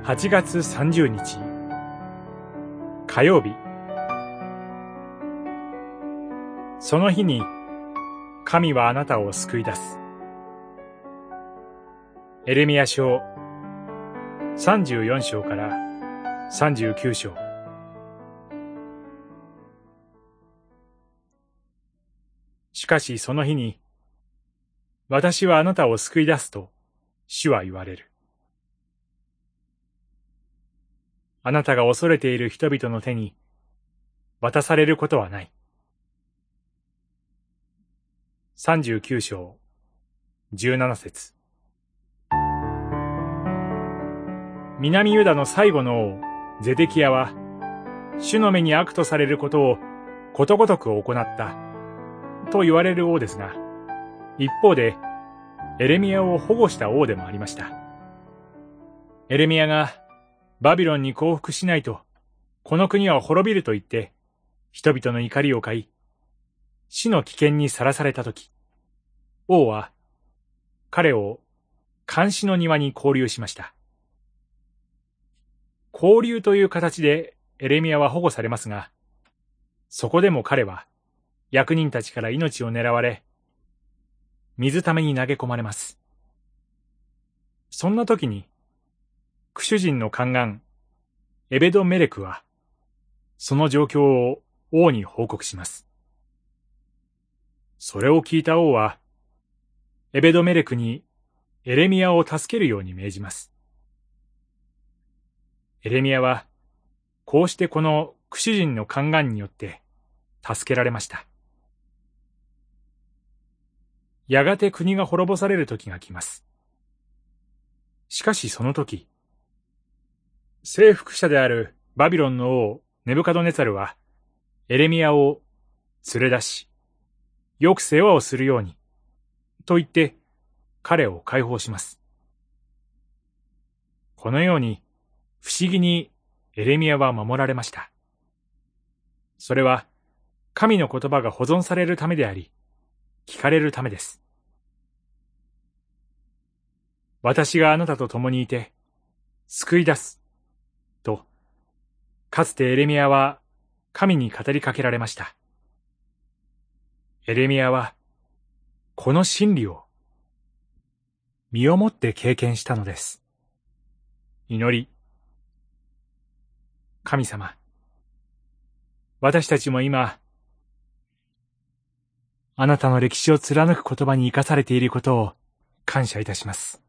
8月30日火曜日。その日に神はあなたを救い出す。エレミヤ書34章から39章。しかしその日に、私はあなたを救い出すと主は言われる。あなたが恐れている人々の手に渡されることはない。39章17節。南ユダの最後の王ゼデキヤは、主の目に悪とされることをことごとく行ったと言われる王ですが、一方でエレミヤを保護した王でもありました。エレミヤがバビロンに降伏しないとこの国は滅びると言って人々の怒りを買い、死の危険にさらされたとき、王は彼を監視の庭に拘留しました。拘留という形でエレミヤは保護されますが、そこでも彼は役人たちから命を狙われ、水ために投げ込まれます。そんな時に、クシュ人の宦官エベドメレクはその状況を王に報告します。それを聞いた王はエベドメレクにエレミヤを助けるように命じます。エレミヤはこうしてこのクシュ人の宦官によって助けられました。やがて国が滅ぼされる時が来ます。しかしその時、征服者であるバビロンの王ネブカドネツァルはエレミヤを連れ出し、よく世話をするようにと言って彼を解放します。このように不思議にエレミヤは守られました。それは神の言葉が保存されるためであり、聞かれるためです。私があなたと共にいて救い出すと、かつてエレミヤは神に語りかけられました。エレミヤはこの真理を身をもって経験したのです。祈り。神様、私たちも今、あなたの歴史を貫く言葉に生かされていることを感謝いたします。